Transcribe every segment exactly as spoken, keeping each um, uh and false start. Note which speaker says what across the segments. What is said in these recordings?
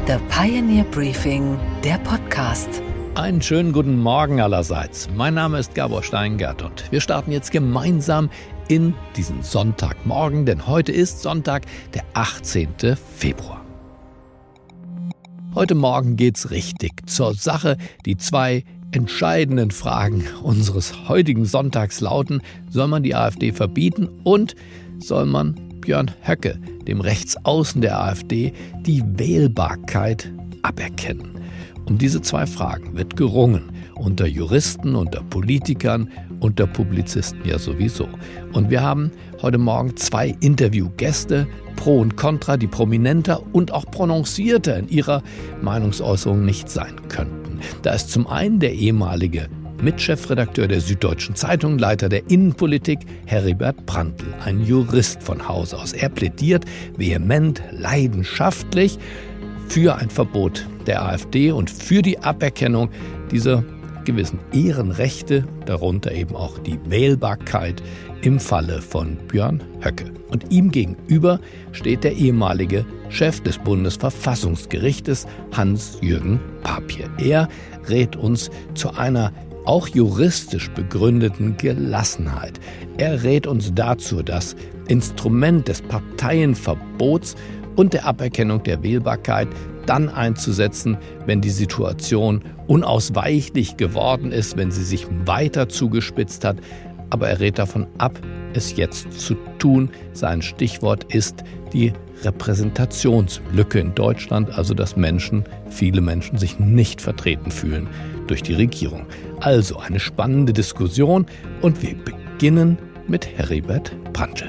Speaker 1: The Pioneer Briefing, der Podcast.
Speaker 2: Einen schönen guten Morgen allerseits. Mein Name ist Gabor Steingart und wir starten jetzt gemeinsam in diesen Sonntagmorgen, denn heute ist Sonntag, der achtzehnten Februar. Heute Morgen geht's richtig zur Sache. Die zwei entscheidenden Fragen unseres heutigen Sonntags lauten: Soll man die AfD verbieten und soll man Björn Höcke, dem Rechtsaußen der AfD, die Wählbarkeit aberkennen? Um diese zwei Fragen wird gerungen. Unter Juristen, unter Politikern, unter Publizisten ja sowieso. Und wir haben heute Morgen zwei Interviewgäste, Pro und Contra, die prominenter und auch prononcierter in ihrer Meinungsäußerung nicht sein könnten. Da ist zum einen der ehemalige Mitchefredakteur der Süddeutschen Zeitung, Leiter der Innenpolitik, Heribert Prantl, ein Jurist von Haus aus. Er plädiert vehement, leidenschaftlich für ein Verbot der AfD und für die Aberkennung dieser gewissen Ehrenrechte, darunter eben auch die Wählbarkeit im Falle von Björn Höcke. Und ihm gegenüber steht der ehemalige Chef des Bundesverfassungsgerichtes, Hans-Jürgen Papier. Er rät uns zu einer auch juristisch begründeten Gelassenheit. Er rät uns dazu, das Instrument des Parteienverbots und der Aberkennung der Wählbarkeit dann einzusetzen, wenn die Situation unausweichlich geworden ist, wenn sie sich weiter zugespitzt hat. Aber er rät davon ab, es jetzt zu tun. Sein Stichwort ist die Repräsentationslücke in Deutschland, also dass Menschen, viele Menschen sich nicht vertreten fühlen durch die Regierung. Also eine spannende Diskussion und wir beginnen mit Heribert Prantl.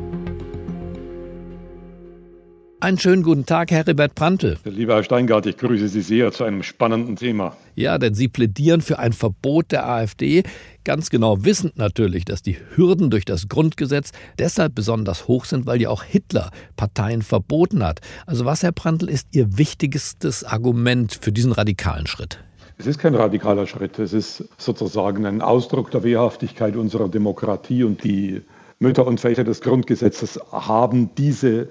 Speaker 2: Einen schönen guten Tag, Heribert Prantl.
Speaker 3: Lieber Herr Steingart, ich grüße Sie sehr zu einem spannenden Thema.
Speaker 2: Ja, denn Sie plädieren für ein Verbot der AfD, ganz genau wissend natürlich, dass die Hürden durch das Grundgesetz deshalb besonders hoch sind, weil ja auch Hitler Parteien verboten hat. Also was, Herr Prantl, ist Ihr wichtigstes Argument für diesen radikalen Schritt?
Speaker 3: Es ist kein radikaler Schritt, es ist sozusagen ein Ausdruck der Wehrhaftigkeit unserer Demokratie und die Mütter und Väter des Grundgesetzes haben diese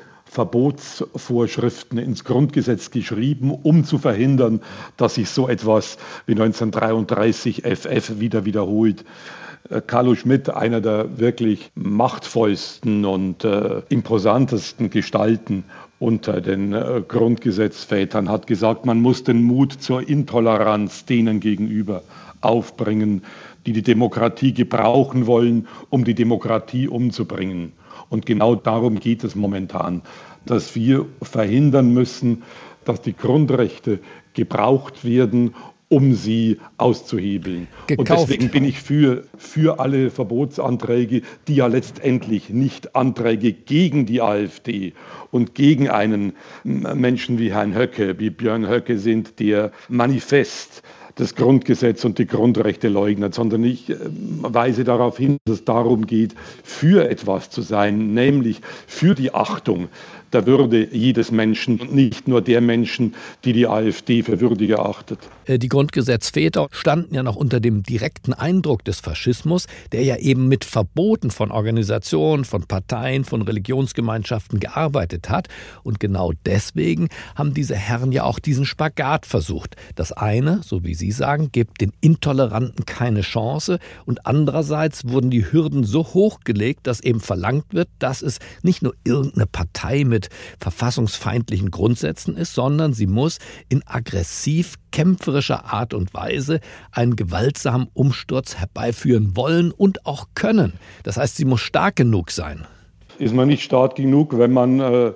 Speaker 3: Verbotsvorschriften ins Grundgesetz geschrieben, um zu verhindern, dass sich so etwas wie neunzehnhundertdreiunddreißig F F wieder wiederholt. Carlo Schmitt, einer der wirklich machtvollsten und äh, imposantesten Gestalten unter den äh, Grundgesetzvätern, hat gesagt, man muss den Mut zur Intoleranz denen gegenüber aufbringen, die die Demokratie gebrauchen wollen, um die Demokratie umzubringen. Und genau darum geht es momentan, dass wir verhindern müssen, dass die Grundrechte gebraucht werden, um sie auszuhebeln.
Speaker 2: Gekauft.
Speaker 3: Und deswegen bin ich für, für alle Verbotsanträge, die ja letztendlich nicht Anträge gegen die AfD und gegen einen Menschen wie Herrn Höcke, wie Björn Höcke sind, der manifest das Grundgesetz und die Grundrechte leugnet, sondern ich äh, weise darauf hin, dass es darum geht, für etwas zu sein, nämlich für die Achtung der Würde jedes Menschen und nicht nur der Menschen, die die AfD für würdig erachtet.
Speaker 2: Die Grundgesetzväter standen ja noch unter dem direkten Eindruck des Faschismus, der ja eben mit Verboten von Organisationen, von Parteien, von Religionsgemeinschaften gearbeitet hat. Und genau deswegen haben diese Herren ja auch diesen Spagat versucht. Das eine, so wie Sie sagen, gibt den Intoleranten keine Chance. Und andererseits wurden die Hürden so hochgelegt, dass eben verlangt wird, dass es nicht nur irgendeine Partei mit verfassungsfeindlichen Grundsätzen ist, sondern sie muss in aggressiv kämpferischer Art und Weise einen gewaltsamen Umsturz herbeiführen wollen und auch können. Das heißt, sie muss stark genug sein.
Speaker 3: Ist man nicht stark genug, wenn man äh,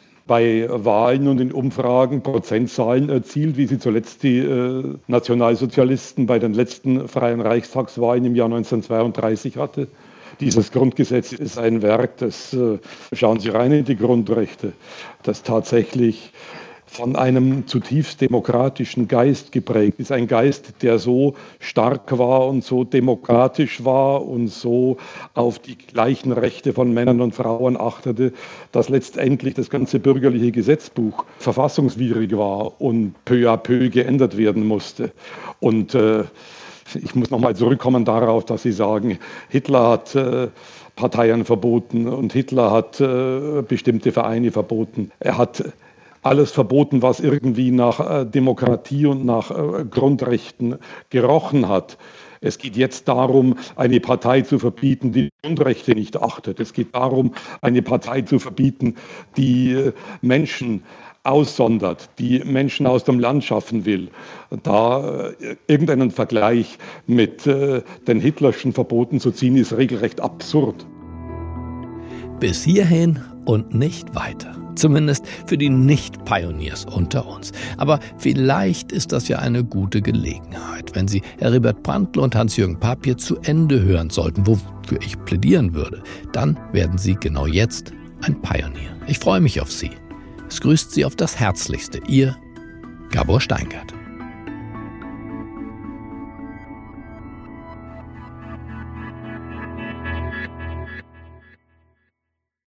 Speaker 3: bei Wahlen und in Umfragen Prozentzahlen erzielt, wie sie zuletzt die äh, Nationalsozialisten bei den letzten freien Reichstagswahlen im Jahr neunzehnhundertzweiunddreißig hatte? Dieses Grundgesetz ist ein Werk, das, äh, schauen Sie rein in die Grundrechte, das tatsächlich von einem zutiefst demokratischen Geist geprägt ist. Ein Geist, der so stark war und so demokratisch war und so auf die gleichen Rechte von Männern und Frauen achtete, dass letztendlich das ganze bürgerliche Gesetzbuch verfassungswidrig war und peu à peu geändert werden musste. Und äh, ich muss nochmal zurückkommen darauf, dass Sie sagen, Hitler hat äh, Parteien verboten und Hitler hat äh, bestimmte Vereine verboten. Er hat alles verboten, was irgendwie nach äh, Demokratie und nach äh, Grundrechten gerochen hat. Es geht jetzt darum, eine Partei zu verbieten, die Grundrechte nicht achtet. Es geht darum, eine Partei zu verbieten, die äh, Menschen aussondert, die Menschen aus dem Land schaffen will. Da äh, irgendeinen Vergleich mit äh, den Hitlerschen Verboten zu ziehen, ist regelrecht absurd.
Speaker 2: Bis hierhin und nicht weiter. Zumindest für die Nicht-Pioneers unter uns. Aber vielleicht ist das ja eine gute Gelegenheit, wenn Sie Heribert Prantl und Hans-Jürgen Papier zu Ende hören sollten, wofür ich plädieren würde. Dann werden Sie genau jetzt ein Pionier. Ich freue mich auf Sie. Es grüßt Sie auf das Herzlichste. Ihr Gabor Steingart.